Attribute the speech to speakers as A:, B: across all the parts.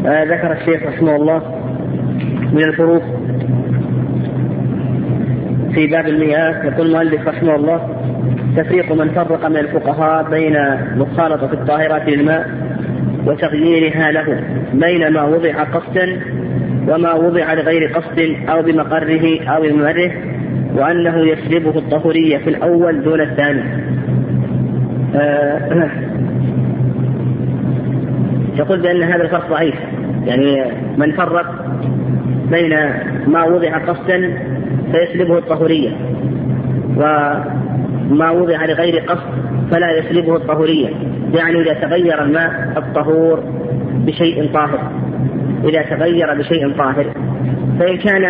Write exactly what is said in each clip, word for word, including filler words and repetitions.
A: آه ذكر الشيخ رحمه الله من الفروق في باب المياه. يقول المؤلف رحمه الله: تفريق من فرق من الفقهاء بين مخالطة الطاهرات للماء وتغييرها له، بين ما وضع قصدا وما وضع لغير قصد أو بمقره أو بممره، وأنه يسلبه الطهورية في الأول دون الثاني. آه يقول بأن هذا الفرق ضعيف، يعني من فرق بين ما وضع قصدا فيسلبه الطهورية، وما وضع لغير قصد فلا يسلبه الطهورية. يعني إذا تغير الماء الطهور بشيء طاهر، إذا تغير بشيء طاهر، فإن كان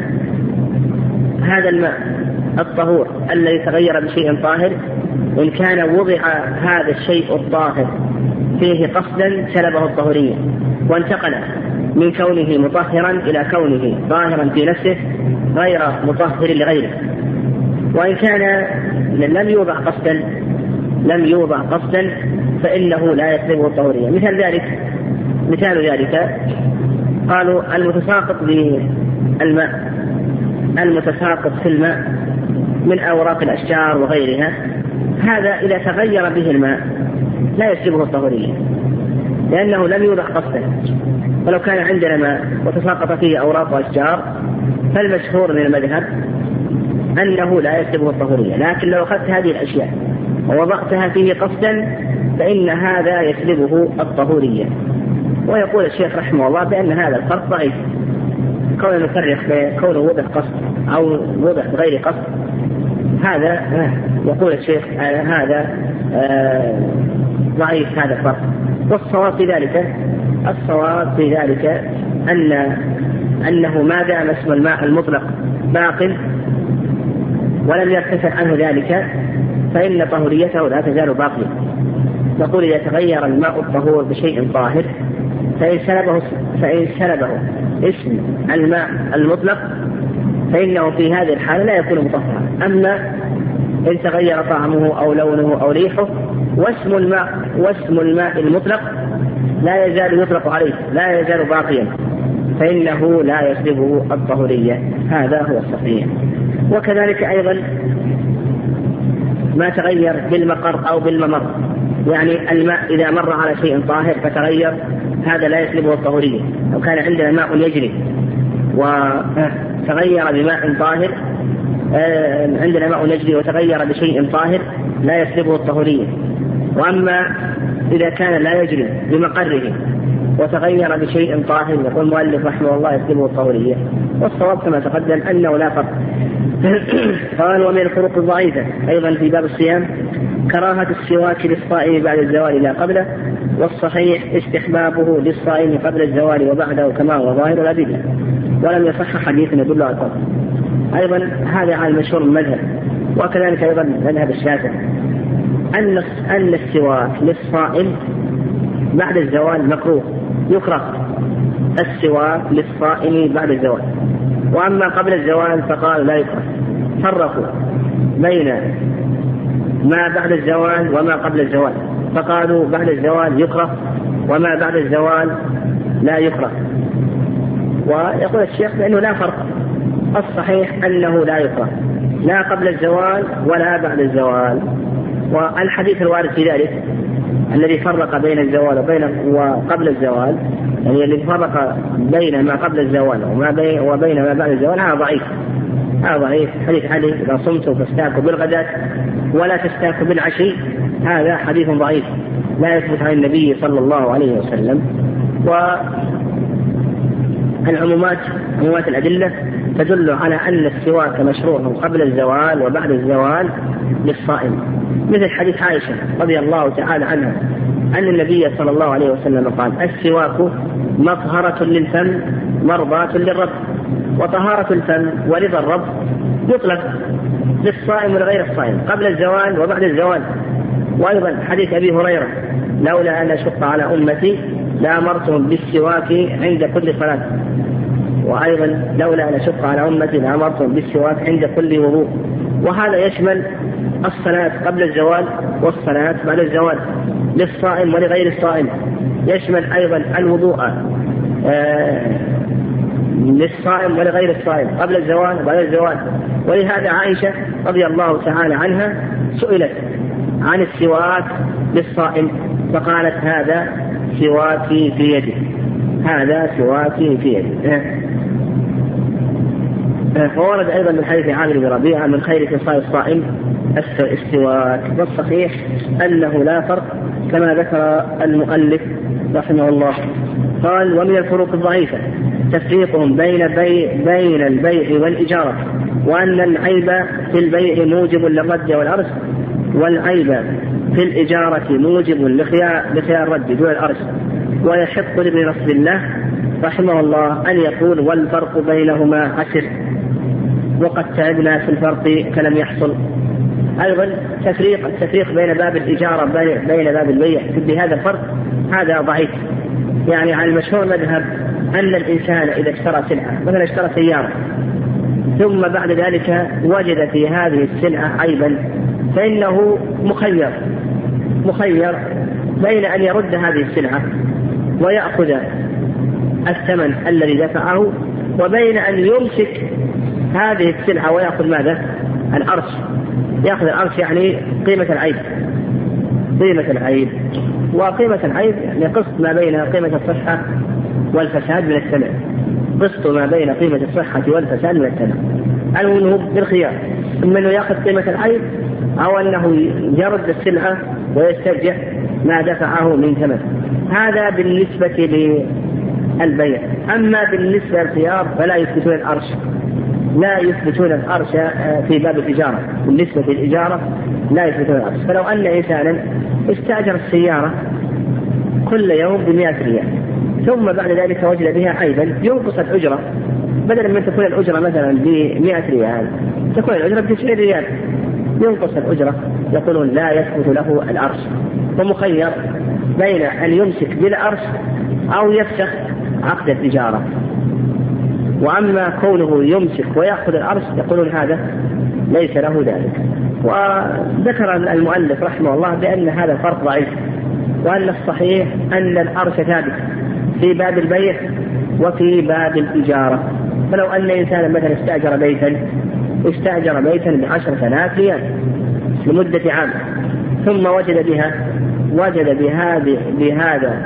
A: هذا الماء الطهور الذي تغير بشيء طاهر، إن كان وضع هذا الشيء الطاهر فيه قصدا سلبه الطهورية، وانتقل من كونه مطهرا إلى كونه طاهرا في نفسه غير مطهر لغيره. وإن كان لم يوضع قصدا لم يوضع قصدا فإنه لا يسلبه الطهورية. مثال ذلك مثال ذلك قالوا المتساقط بالماء المتساقط في الماء من أوراق الأشجار وغيرها، هذا إذا تغير به الماء لا يسلبه الطهورية لأنه لم يوضع قصدا. ولو كان عندنا ماء وتساقط فيه أوراق وأشجار فالمشهور من المذهب أنه لا يسلبه الطهورية، لكن لو أخذت هذه الأشياء ووضعتها فيه قصدا فإن هذا يسلبه الطهورية. ويقول الشيخ رحمه الله بأن هذا الفرق ضعيف، كون نفرق كونه وضع قصد أو وضع غير قصد، هذا يقول الشيخ هذا ضعيف هذا الفرق. والصواب في ذلك الصواب في ذلك أن أنه ما دام اسم الماء المطلق باق ولم يرتفع عنه ذلك فإن طهوريته لا تزال باقية. نقول إذا تغير الماء الطهور بشيء طاهر فإن سلبه, فإن سلبه اسم الماء المطلق فإنه في هذه الحالة لا يكون مطهرا. أما إن تغير طعمه أو لونه أو ريحه واسم الماء واسم الماء المطلق لا يزال يطلق عليه، لا يزال باقيا، فإنه لا يسلبه الطهورية. هذا هو الصحيح. وكذلك أيضا ما تغير بالمقر أو بالممر، يعني الماء إذا مر على شيء طاهر فتغير، هذا لا يسلبه الطهورية. لو كان عندنا ماء يجري وتغير بماء طاهر، عندنا ماء يجري وتغير بشيء طاهر لا يسلبه الطهورية. وأما إذا كان لا يجري بمقره وتغير بشيء طاهر، يقول المؤلف رحمه الله يسلبه الطهورية. والصواب كما تقدم أنه لا فرق. قال: ومن الفروق الضعيفة أيضا في باب الصيام كراهة السواك للصائم بعد الزوال لا قبله، والصحيح استحبابه للصائم قبل الزوال وبعده كما هو ظاهر الأدلة، ولم يصح حديث يدل على الفرق. أيضا هذا على المشهور المذهب. وكذلك أيضا مذهب الشافعي أن أن السواك للصائم بعد الزوال مكروه، يكره السواك للصائم بعد الزوال. وأما قبل الزوال فقال لا يكره. فرقوا بين ما بعد الزوال وما قبل الزوال، فقالوا بعد الزوال يكره وما بعد الزوال لا يكره. ويقول الشيخ بأنه لا فرق، الصحيح أنه لا يكره لا قبل الزوال ولا بعد الزوال. والحديث الوارد في ذلك الذي فرق بين الزوال وبين وقبل الزوال، يعني الذي فرق بين ما قبل الزوال وما بين وبين ما بعد الزوال، هذا ضعيف هذا ضعيف حديث علي إذا صمتوا فاستاكوا بالغداة ولا تستاكوا بالعشي، هذا حديث ضعيف لا يثبت عن النبي صلى الله عليه وسلم. والعمومات عمومات الأدلة تدل على أن السواك مشروع قبل الزوال وبعد الزوال للصائم، مثل حديث عائشة رضي الله تعالى عنها أن النبي صلى الله عليه وسلم قال: السواك مطهرة للفم مرضاة للرب. وطهارة الفم ورضا الرب يطلق للصائم ولغير الصائم قبل الزوال وبعد الزوال. وأيضا حديث أبي هريرة: لولا أن أشق على أمتي لأمرتهم بالسواك عند كل صلاة. وأيضا لولا أن أشق على أمتي لأمرتهم بالسواك عند كل وضوء. وهذا يشمل الصلاة قبل الزوال والصلاة بعد الزوال للصائم ولغير الصائم. يشمل أيضا الوضوء للصائم ولغير الصائم قبل الزوال وبعد الزوال. ولهذا عائشة رضي الله تعالى عنها سئلت عن السواك للصائم فقالت هذا سواكي في يدي، هذا سواكي في يدي. وورد أيضا من حديث عامر بن ربيعة من خير خصال الصائم السواك. والصحيح أنه لا فرق كما ذكر المؤلف رحمه الله. قال ومن الفروق الضعيفة تفريقهم بين, بي بين البيع والإجارة، وأن العيب في البيع موجب للرد والأرش، والعيب في الإجارة موجب لخيار الرد دون الأرش. ويحق لابن نصر الله رحمه الله أن يقول والفرق بينهما عشر، وقد تعبنا في الفرق فلم يحصل. أيضا تفريق التفريق بين باب الإجارة بين باب البيع بهذا الفرق هذا ضعيف. يعني على المشهور مذهب أن الإنسان إذا اشترى سلعة مثلا اشترى سيارة ثم بعد ذلك وجد في هذه السلعة عيبا فإنه مخير مخير بين أن يرد هذه السلعة ويأخذ الثمن الذي دفعه، وبين أن يمسك هذه السلعة ويأخذ ماذا؟ الأرش. يأخذ الأرش يعني قيمة العيب، قيمة العيب وقيمة العيب يعني قسط ما بين قيمة الصحة والفساد من الثمن، قسط ما بين قيمة الصحة والفساد من الثمن. أنه بالخيار إما أنه يأخذ قيمة العيب أو أنه يرد السلعة ويسترجع ما دفعه من ثمن. هذا بالنسبة للبيع. أما بالنسبة للخيار فلا يثبتون الأرش، لا يثبتون الأرش في باب الإجارة. بالنسبة للإجارة لا يثبتون الأرش. فلو أن إنسانا استأجر السيارة كل يوم بمئة ريال ثم بعد ذلك وجد بها عيبا ينقص الأجرة، بدلا من تكون الأجرة مثلا بمئة ريال تكون الأجرة بتسعين ريال، ينقص الأجرة، يقولون لا يثبت له الأرش، ومخير بين أن يمسك بالأرش أو يفسخ عقد التجارة. وأما كونه يمسك ويأخذ الأرش يقولون هذا ليس له ذلك. وذكر المؤلف رحمه الله بأن هذا فرق ضعيف، وأن الصحيح أن الأرش ثابت في باب البيع وفي باب الإجارة. فلو أن إنسانا مثلا استأجر بيتا استأجر بيتا بعشرة آلاف ريال لمدة عام ثم وجد بها وجد بهذه بهذا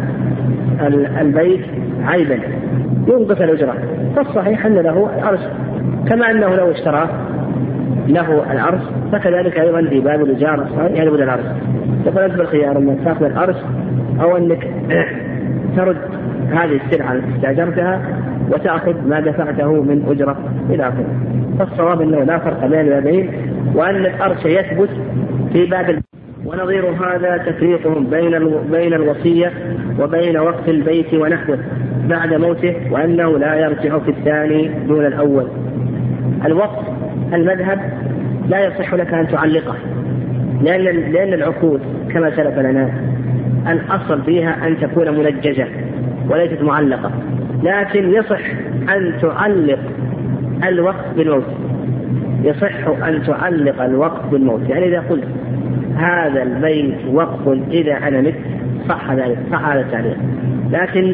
A: البيت عيبا ينقص الأجرة، فالصحيح أن له الأرش كما أنه لو اشترى له الأرش، فكذلك أيضا في باب الإجارة يعني بد الأرش. فقد أنت بالخيار أنك تأخذ الأرش أو أنك ترد هذه السلعة التي استأجرتها وتأخذ ما دفعته من أجرة إلى آخره. فالصواب أنه لا فرق بين البابين، وأن الأرش يثبت في باب البيت. ونظير هذا تفريقهم بين بين الوصية وبين وقف البيت ونحوه بعد موته، وأنه لا يرجع في الثاني دون الأول. الوقف المذهب لا يصح لك أن تعلقه، لأن لأن العقود كما سلف لنا الأصل فيها أن تكون منجزة وليست معلقة، لكن يصح أن تعلق الوقف بالموت، يصح أن تعلق الوقف بالموت. يعني إذا قلت هذا البيت وقف إذا أنا مت صح ذلك، صح هذا التعليق. لكن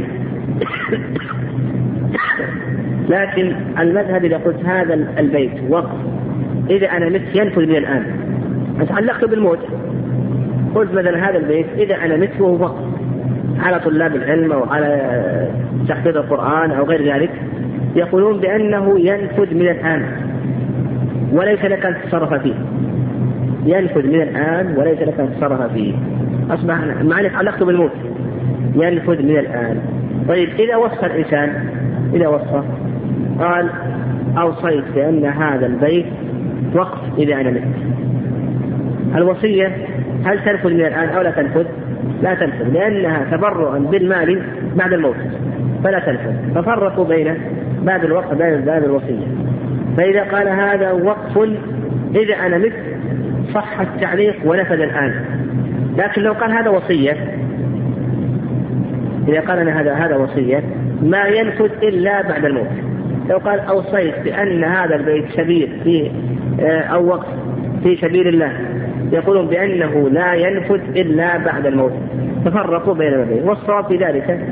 A: لكن المذهب إذا قلت هذا البيت وقف إذا أنا مت ينفذ من الآن، أنت علقته بالموت، قلت مثلا هذا البيت إذا أنا مت وهو وقف على طلاب العلم أو على تحفيظ القرآن أو غير ذلك، يقولون بأنه ينفذ من الآن وليس لك أن تتصرف فيه، ينفذ من الآن وليس لك أن تتصرف فيه، أصبح معنى علقته بالموت ينفذ من الآن. طيب إذا وصى الإنسان إذا وصى قال أوصيت بأن هذا البيت وقف إذا أنا مت، الوصية هل تنفذ من الآن أو لا تنفذ؟ لا تنفذ، لأنها تبرعا بالمال بعد الموت فلا تنفذ. ففرقوا بين باب الوقف وبين باب الوصية. فإذا قال هذا وقف إذا أنا مت صح التعليق ونفذ الآن، لكن لو قال هذا وصية، إذا قال أنا هذا هذا وصية ما ينفذ إلا بعد الموت. لو قال أوصيت بأن هذا البيت سبيل في أو وقف في سبيل الله، يقولون بأنه لا ينفذ إلا بعد الموت. تفرقوا بين البيت، والصواب في ذلك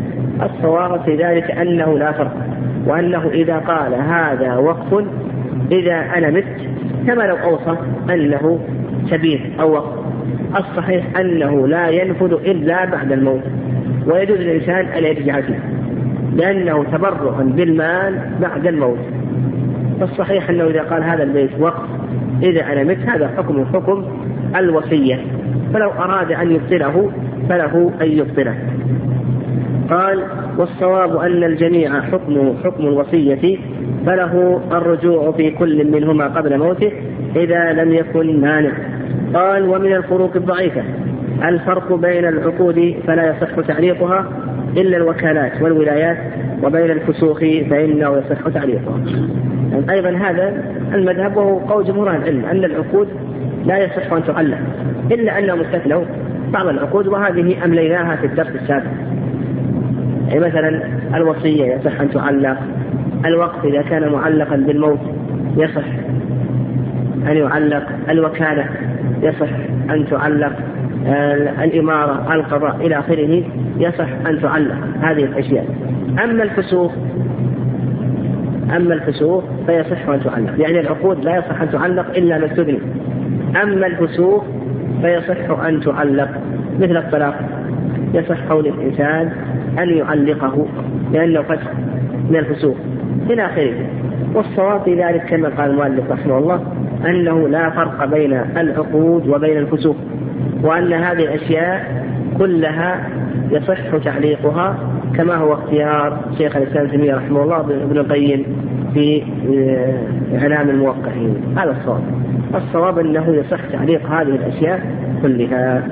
A: الصواب في ذلك أنه لا فرق، وأنه إذا قال هذا وقف إذا أنا مت، كما لو أوصى أنه سبيل أو وقف. الصحيح أنه لا ينفذ إلا بعد الموت، ويجوز الإنسان أن يرجع فيه لأنه تبرع بالمال بعد الموت. فالصحيح أنه إذا قال هذا البيت وقف إذا أنا مت، هذا حكم حكم الوصية، فلو أراد أن يبطله فله أن يبطله. قال والصواب أن الجميع حكمه حكم الوصية، فله الرجوع في كل منهما قبل موته إذا لم يكن مانع. قال ومن الفروق الضعيفة الفرق بين العقود فلا يصح تعليقها إلا الوكالات والولايات، وبين الفسوخ فإنه يصح تعليقها. يعني أيضا هذا المذهب وهو قول جمهور العلم أن العقود لا يصح أن تعلق، إلا أنهم استثنوا بعض العقود وهذه أمليناها في الدرس السابق. يعني مثلا الوصية يصح أن تعلق، الوقف إذا كان معلقا بالموت يصح أن يعلق، الوكالة يصح أن تعلق، الإمارة، القضاء إلى آخره يصح أن تعلق هذه الأشياء. أما الفسوق أما الفسوق فيصح أن تعلق، يعني العقود لا يصح أن تعلق إلا ما استثني. أما الفسوق فيصح أن تعلق، مثل الطلاق يصح قول الإنسان أن يعلقه لأنه فسق من الفسوق إلى آخره. والصواب في ذلك كما قال المؤلف رحمه الله أنه لا فرق بين العقود وبين الفسوق، وأن هذه الأشياء كلها يصح تعليقها، كما هو اختيار شيخ الإسلام ابن تيمية رحمه الله ابن القيم في إعلام الموقعين. هذا الصواب. الصواب أنه يصح تعليق هذه الأشياء كلها.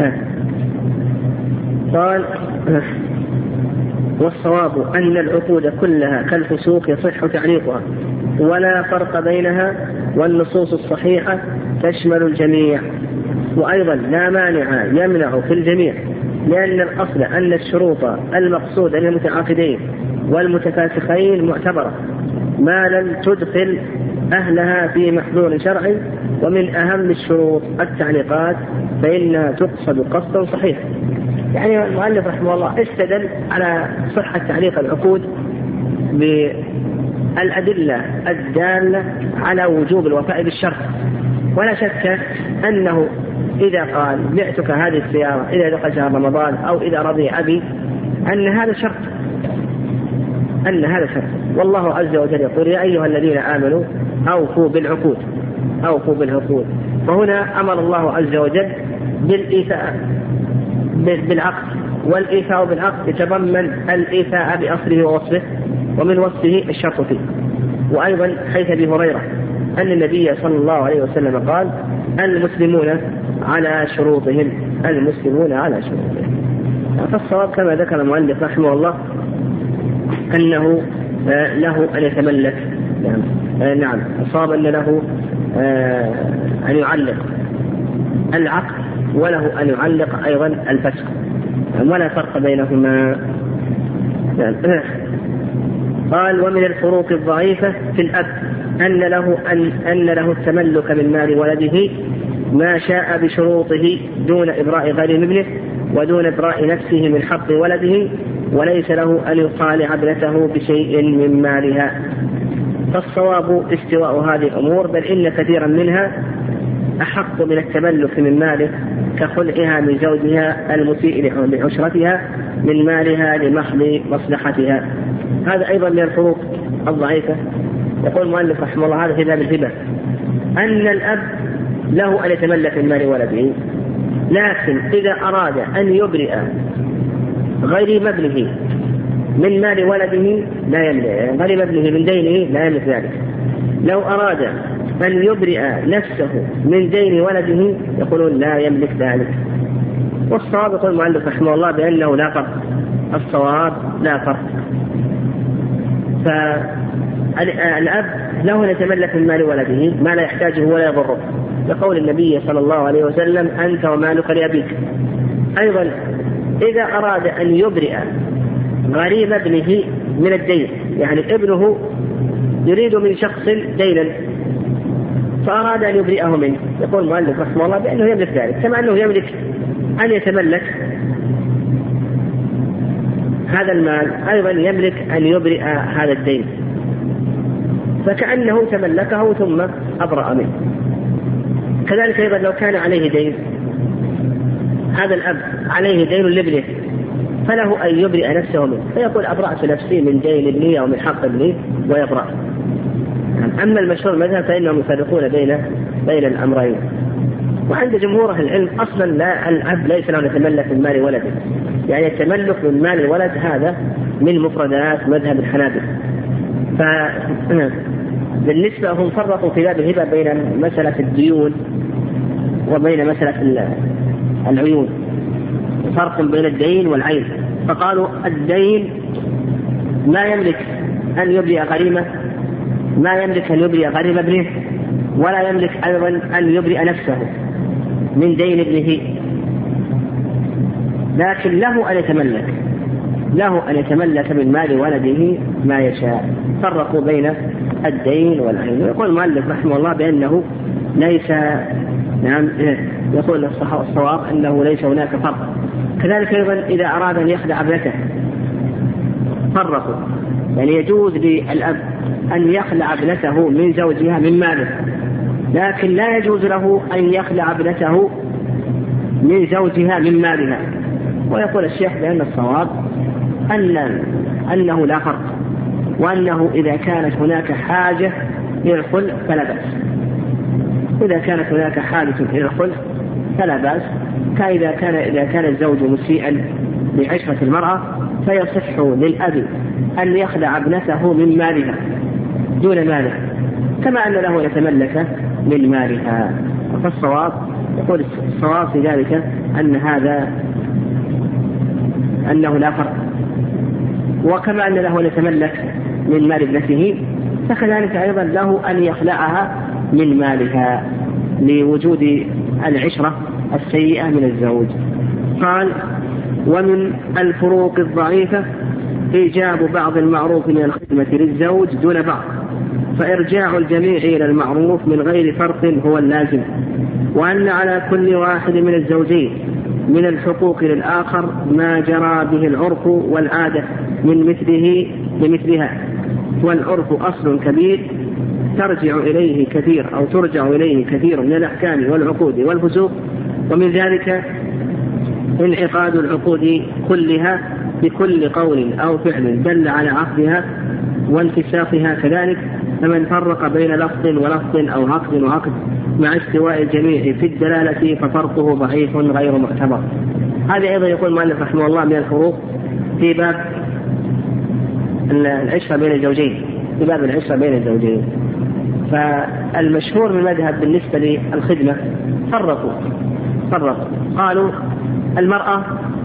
A: قال والصواب أن العقود كلها كالفسوق يصح تعليقها ولا فرق بينها، والنصوص الصحيحة تشمل الجميع. وأيضا لا مانع يمنع في الجميع، لأن الأصل أن الشروط المقصودة للمتعاقدين والمتفاسخين معتبرة ما لم تدخل أهلها في محظور شرعي، ومن أهم الشروط التعليقات فإنها تقصد قصدا صحيحا. يعني المؤلف رحمه الله استدل على صحة تعليق العقود بالأدلة الدالة على وجوب الوفاء بالشرط، ولا شك أنه إذا قال بعتك هذه السيارة إذا دخل شهر رمضان أو إذا رضي أبي أن هذا شرط أن هذا شرط والله عز وجل يقول يا أيها الذين آمنوا أوفوا بالعقود أوفوا بالعقود. فهنا أمر الله عز وجل بالإيفاء بالعقد، والإيفاء بالعقد يتضمن الإيفاء بأصله ووصفه، ومن وصفه الشرط فيه. وأيضا حيث أبي هريرة أن النبي صلى الله عليه وسلم قال المسلمون على شروطهم المسلمون على شروطهم. فالصواب كما ذكر المؤلف رحمه الله أنه له أن يتملك، نعم الصواب أن له أن يعلق العقد وله أن يعلق أيضا الفسق، ولا فرق بينهما. قال ومن الفروق الضعيفة في الأب أن له أن أن له التملك من مال ولده ما شاء بشروطه دون إبراء غير ابنه ودون إبراء نفسه من حق ولده، وليس له أن يطالع ابنته بشيء من مالها. فالصواب استواء هذه الأمور، بل إن كثيرا منها أحق من التملك من ماله كخلعها من زوجها المسيء لعشرتها من مالها لمحض مصلحتها. هذا أيضا من الفروق الضعيفة. يقول المؤلف رحمه الله هذا في باب الهبة أن الأب له أن يتملك من مال ولده، لكن إذا أراد أن يبرئ غير مبلغه من مال ولده لا يملك، غير مبلغه من دينه لا يملك ذلك. لو أراد أن يبرئ نفسه من دين ولده يقولون لا يملك ذلك. والصواب يقول المؤلف رحمه الله بأنه لا فرق، الصواب لا فرق. فالأب له أن يتملك من مال ولده ما لا يحتاجه ولا يضره، لقول النبي صلى الله عليه وسلم أنت ومالك لأبيك. أيضا إذا أراد أن يبرئ غريم ابنه من الدين، يعني ابنه يريد من شخص دينا فأراد أن يبرئه منه، يقول المؤلف رحمه الله بأنه يملك ذلك، كما أنه يملك أن يتملك هذا المال أيضا يملك أن يبرئ هذا الدين، فكأنه تملكه ثم أبرأ منه. كذلك أيضا لو كان عليه دين، هذا الأب عليه دين لابنه فله أن يبرئ نفسه منه، فيقول أبرأت نفسي من دين ابني أو من حق ابني ويبرأ. أما المشهور المذهب فإنهم يفرقون بين بين الأمرين. وعند جمهور أهل العلم أصلا لا، الأب ليس له يتملك من مال ولده، يعني التملك من مال الولد هذا من مفردات مذهب الحنابلة. فبالنسبة هم فرقوا في باب الهبة بين مسألة الديون وبين مسألة العيون، فرق بين الدين والعين. فقالوا الدين ما يملك أن يبرئ غريمة، ما يملك أن يبرئ غريم ابنه، ولا يملك أيضا أن يبرئ نفسه من دين ابنه، لكن له أن يتملك له أن يتملك من مال ولده ما يشاء. فرقوا بين الدين والعين. ويقول المؤلف رحمه الله بأنه ليس، نعم يقول الصواب أنه ليس هناك فرق. كذلك أيضا إذا أراد أن يخلع ابنته فرقوا، يعني يجوز للأب أن يخلع ابنته من زوجها من ماله، لكن لا يجوز له أن يخلع ابنته من زوجها من مالها. ويقول الشيخ بأن الصواب أن أنه لا فرق، وأنه إذا كانت هناك حاجة إلى الخلع فلا بأس. إذا كانت هناك حاجة إلى الخلع فلا بأس. كإذا كان إذا كان الزوج مسيئا لعشرة المرأة فيصح للأب أن يخلع ابنته من مالها دون ماله، كما أن له يتملك من مالها. فالصواب يقول الصواب في ذلك أن هذا أنه لا فرق. وكما أن له يتملك من مال ابنته فكذلك أيضا له أن يخلعها من مالها لوجود العشرة السيئة من الزوج. قال: ومن الفروق الضعيفة إيجاب بعض المعروف من الخدمة للزوج دون بعض، فإرجاع الجميع إلى المعروف من غير فرق هو اللازم، وأن على كل واحد من الزوجين من الحقوق للآخر ما جرى به العرف والعادة من مثله لمثلها، والعرف أصل كبير ترجع إليه كثير أو ترجع إليه كثير من الأحكام والعقود والفسوق، ومن ذلك انعقاد العقود كلها بكل قول أو فعل دل على عقدها وانفساخها كذلك. فمن فرق بين لفظ ولفظ أو عقد وعقد مع استواء الجميع في الدلالة ففرقه ضعيف غير معتبر. هذا أيضا يقول المؤلف رحمه الله من الفروق في باب العشرة بين الزوجين، في باب العشرة بين الزوجين. فالمشهور من المذهب بالنسبة للخدمة فرقوا فرقوا قالوا المرأة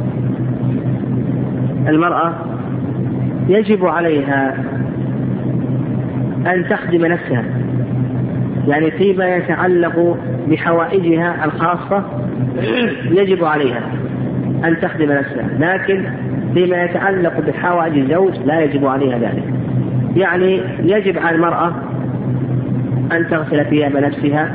A: المرأة يجب عليها أن تخدم نفسها، يعني فيما يتعلق بحوائجها الخاصة يجب عليها أن تخدم نفسها، لكن فيما يتعلق بحوائج الزوج لا يجب عليها ذلك. يعني يجب على المرأة أن تغسل ثياب نفسها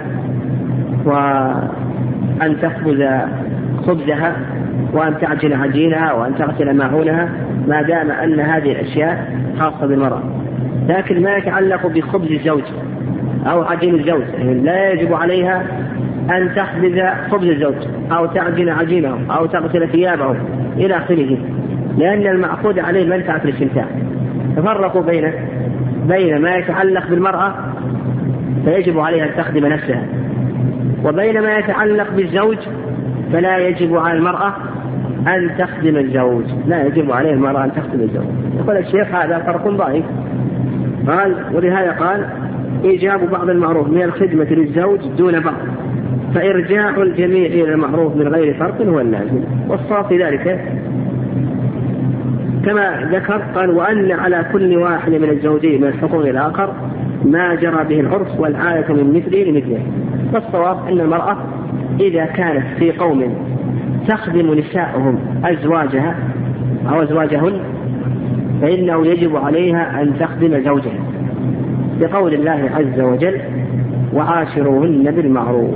A: وأن تخبز خبزها وأن تعجن عجينها وأن تغسل ماعونها ما دام أن هذه الأشياء خاصة بالمرأة. لكن ما يتعلق بخبز الزوج أو عجين الزوج لا يجب عليها أن تخبز خبز الزوج أو تعجن عجينه أو تغسل ثيابه إلى آخره، لأن المعقود عليه منفعة الاستمتاع. تفرقوا بين بين ما يتعلق بالمرأة فيجب عليها أن تخدم نفسها، وبين ما يتعلق بالزوج فلا يجب على المرأة أن تخدم الزوج، لا يجب عليه المرأة أن تخدم الزوج. يقول الشيخ هذا فرق ضعيف. قال: ولهذا قال: إيجاب بعض المعروف من الخدمة للزوج دون بعض، فإرجاع الجميع إلى المعروف من غير فرق هو اللازم. والصواب في ذلك كما ذكر قال: وأن على كل واحد من الزوجين من الحقوق الآخر ما جرى به العرف والعادة من مثله لمثله. فالصواب أن المرأة إذا كانت في قوم تخدم نساءهم أزواجها أو أزواجهن فإنه يجب عليها أن تخدم زوجها، بقول الله عز وجل: وعاشروهن بالمعروف.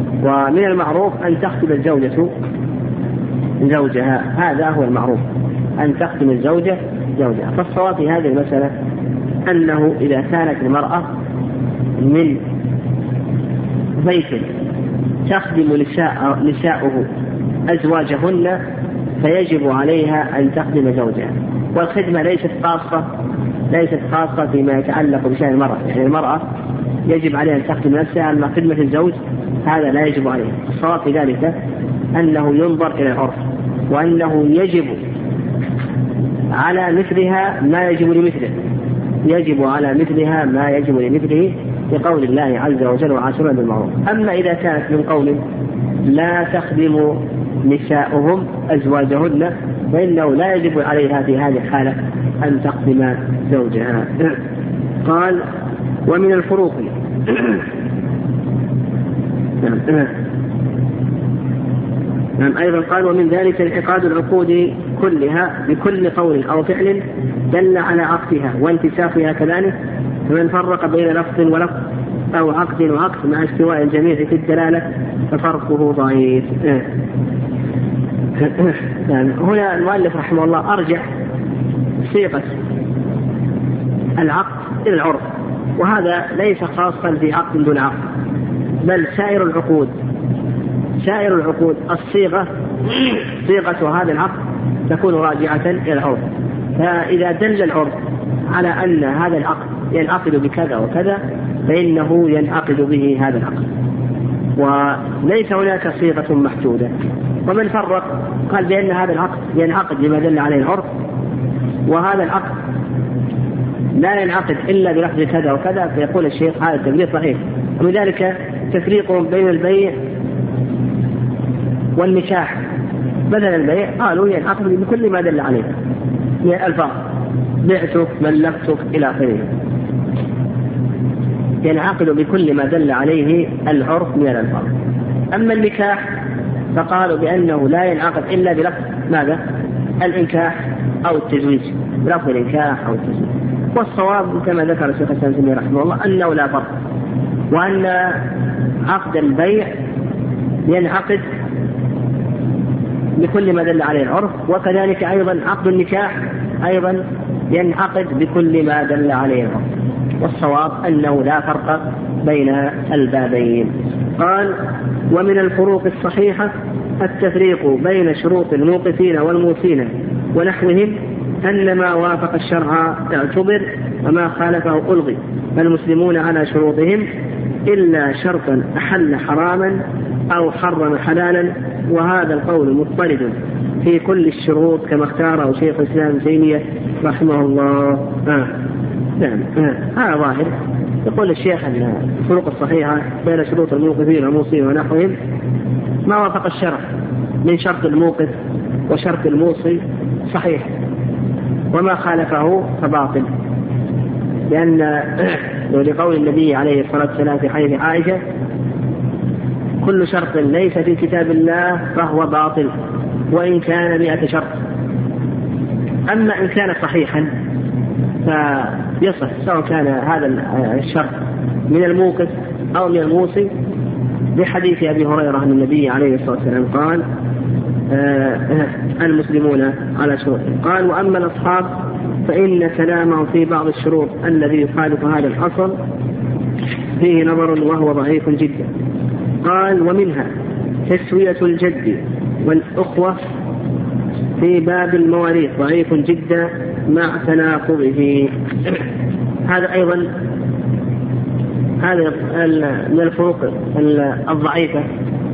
A: ومن المعروف أن تخدم الزوجة زوجها، هذا هو المعروف. أن تخدم الزوجة زوجها. فالصواب في هذه المسألة أنه إذا كانت المرأة من بيت تخدم نساء نساؤه أزواجهن فيجب عليها أن تخدم زوجها. والخدمة ليست خاصة ليست خاصة فيما يتعلق بشأن المرأة، يعني المرأة يجب عليها أن تخدم نفسها، أما خدمة الزوج هذا لا يجب عليها. الصواب في ذلك أنه ينظر إلى العرف، وأنه يجب على مثلها ما يجب لمثله، يجب على مثلها ما يجب لمثله بقول الله عز وجل وعاشرون بالمعروف. أما إذا كانت من قول لا تخدم نساؤهم أزواجهن فإنه لا يجب عليها في هذه الحالة أن تخدم زوجها. قال ومن الفروق نعم أيضا قال ومن ذلك انعقاد العقود كلها بكل قول أو فعل دل على عقدها وانتساخها كذلك، فمن فرق بين لفظ ولفظ أو عقد وعقد مع استواء الجميع في الدلالة ففرقه ضعيف. هنا المؤلف رحمه الله أرجع صيغة العقد إلى العرف، وهذا ليس خاصا في عقد دون عقد، بل سائر العقود سائر العقود الصيغة صيغة هذا العقد تكون راجعة إلى العرف. فإذا دل العرف على أن هذا العقد ينعقد بكذا وكذا فإنه ينعقد به هذا العقد، وليس هناك صيغة محدودة. ومن فرق قال بأن هذا العقد ينعقد بما دل عليه العرف، وهذا العقد لا ينعقد إلا بلفظ كذا وكذا، فيقول الشيخ هذا التفريق صحيح. ومن ذلك تفريقهم بين البيع والنكاح. بدل البيع قالوا ينعقد بكل ما دل عليه من الألفاظ، بعتك ملكتك إلى آخره، ينعقد بكل ما دل عليه العرف من الألفاظ. أما النكاح فقالوا بأنه لا ينعقد إلا بلفظ ماذا؟ الإنكاح أو التزويج، بلفظ الإنكاح أو التزويج. والصواب كما ذكر الشيخ الإسلام ابن تيمية رحمه الله أنه لا فرق، وأن عقد البيع ينعقد بكل ما دل عليه العرف، وكذلك أيضا عقد النكاح أيضا ينعقد بكل ما دل عليه العرف. والصواب أنه لا فرق بين البابين. قال ومن الفروق الصحيحة التفريق بين شروط الموقفين والموصين ونحوهم، أن ما وافق الشرع اعتبر وما خالفه ألغي، فالمسلمون على شروطهم إلا شرطا أحل حراما أو حرم حلالا، وهذا القول مضطرد في كل الشروط كما اختاره شيخ الإسلام ابن تيمية رحمه الله. آه. نعم آه. هذا ظاهر. يقول الشيخ أن الفروق الصحيحة بين شروط الموقفين والموصين ونحوهم ما وافق الشرع من شرط الموقف وشرط الموصي صحيح، وما خالفه فباطل، لأن لقول النبي عليه الصلاة والسلام في حديث عائشة كل شرط ليس في كتاب الله فهو باطل وإن كان مئة شرط. أما إن كان صحيحا فيصح سواء كان هذا الشرط من الموقف أو من الموصي، بحديث أبي هريرة أن النبي عليه الصلاة والسلام قال آه المسلمون على شروطهم. قال وأما الأصحاب فإن كلامهم في بعض الشروط الذي يخالف هذا الأصل فيه نظر وهو ضعيف جدا. قال ومنها تسوية الجد والأخوة في باب المواريث ضعيف جدا مع تناقضه. هذا أيضا هذا من الفروق الضعيفة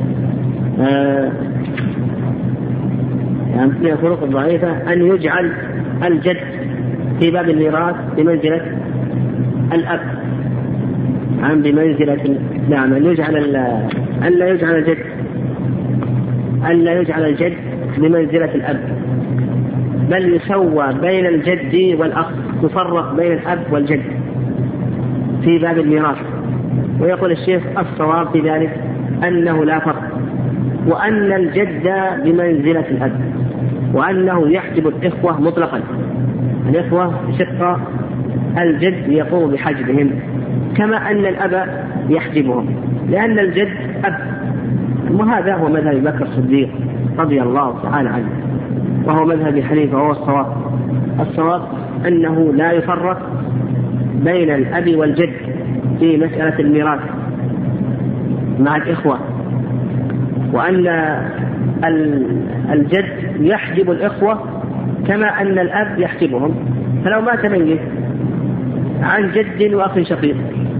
A: يعني من الفروق الضعيفة أن يجعل الجد في باب الميراث بمنزلة الأب، عن بمنزلة نعم أن يجعل أن لا يجعل الجد أن لا يجعل الجد بمنزلة الأب، بل يسوى بين الجد والأخ، يفرق بين الأب والجد في باب الميراث. ويقول الشيخ الصواب في ذلك أنه لا فرق، وأن الجد بمنزلة الأب، وأنه يحجب الإخوة مطلقا. الإخوة شقة الجد يقوم بحجبهم كما أن الأب يحجبهم، لأن الجد أب. وهذا هو مذهب بكر الصديق رضي الله تعالى عنه. وهو مذهب حنيفة وهو الصواب. الصواب أنه لا يفرق بين الأب والجد في مسألة الميراث مع الإخوة، وأن الجد يحجب الإخوة كما أن الأب يحجبهم. فلو مات ميت عن جد وأخ شقيق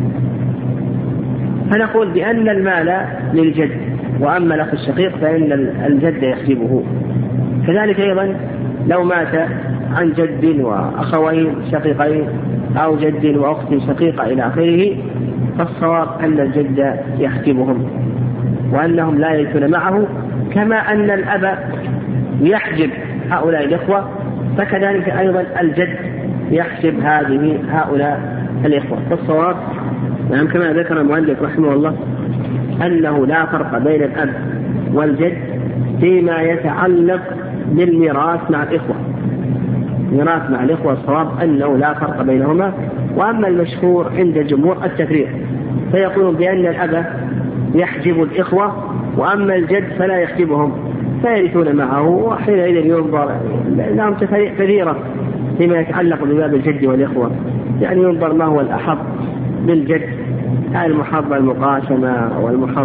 A: فنقول بأن المال للجد، وأما الأخ الشقيق فإن الجد يحجبه. كذلك أيضا لو مات عن جد وأخوين شقيقين أو جد وأخت شقيقة إلى آخره، فالصواب أن الجد يحجبهم وأنهم لا يرثون معه، كما أن الأب يحجب هؤلاء الإخوة فكذلك أيضا الجد يحجب هذه هؤلاء الإخوة. فالصواب نعم كما ذكر المؤلف رحمه الله أنه لا فرق بين الأب والجد فيما يتعلق بالميراث مع الإخوة. ميراث مع الإخوة الصواب أنه لا فرق بينهما. وأما المشهور عند الجمهور التفريق، فيقولون بأن الأب يحجب الإخوة وأما الجد فلا يحجبهم فيرثون معه، وحينئذ ينظر لهم تفريق كثيرة فيما يتعلق بباب الجد والإخوة، يعني ينظر ما هو الأحظ بالجد، هل المحظ المقاسمة أو المحظ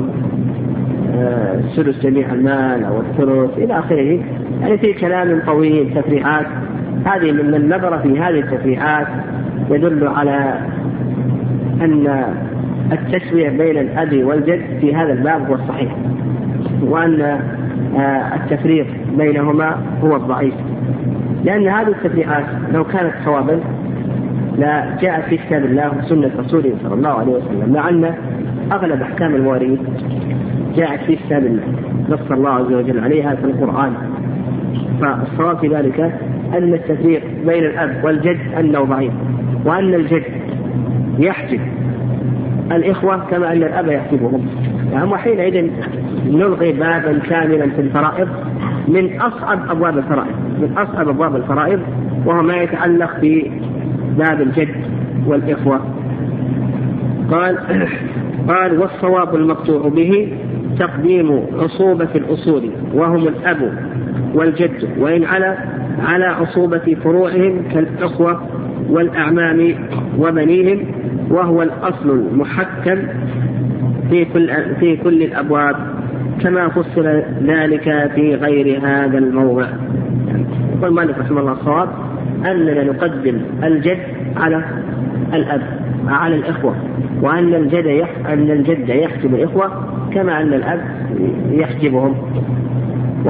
A: سدس جميع المال أو الثلث إلى آخره. يعني في كلام طويل تفريعات، هذه من النظر في هذه التفريعات يدل على أن التسوية بين الأب والجد في هذا الباب هو الصحيح، وأن التفريق بينهما هو الضعيف، لأن هذه التفريعات لو كانت صوابا لا جاءت في كتاب الله وسنة رسوله صلى الله عليه وسلم، مع أن أغلب أحكام المواريث جاءت في كتاب الله نص الله عز وجل عليها في القرآن. فالصواب في ذلك أن التفريق بين الأب والجد أنه ضعيف، وأن الجد يحجب الإخوة كما أن الأب يحجبهم. يعني وحينئذ نلغي بابا كاملا في الفرائض من أصعب أبواب الفرائض من أصعب أبواب الفرائض وهو ما يتعلق بباب الجد والإخوة. قال قال والصواب المقطوع به تقديم عصوبة الأصول وهم الأب والجد، وإن على على عصوبة فروعهم كالأخوة والأعمام وبنيهم، وهو الأصل المحكم في كل في كل الأبواب كما فصل ذلك في غير هذا الموضع. يقول مالك رحمه الله الصواب أننا نقدم الجد على الأب على الإخوة، وأن الجد يح... أن الجد يحجب الإخوة كما أن الأب يحجبهم، و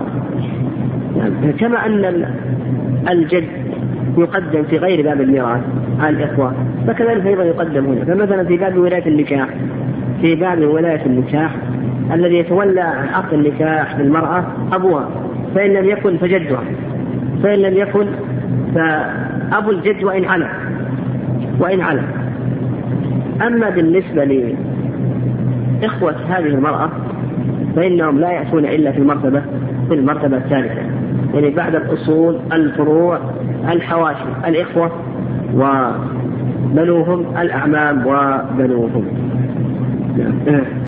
A: كما أن الجد يقدم في غير باب الميراث على الإخوة فكذلك أيضا يقدم هنا. فمثلا في باب ولاية النكاح في باب ولاية النكاح الذي يتولى عقد النكاح للمرأة أبوها، فإن لم يكن فجدها، فإن لم يكن فأبو الجد وإن على وإن على. أما بالنسبة لإخوة هذه المرأة فإنهم لا يأتون إلا في المرتبة في المرتبة الثالثة، يعني بعد الأصول الفروع الحواشي الإخوة وبنوهم الأعمام وبنوهم.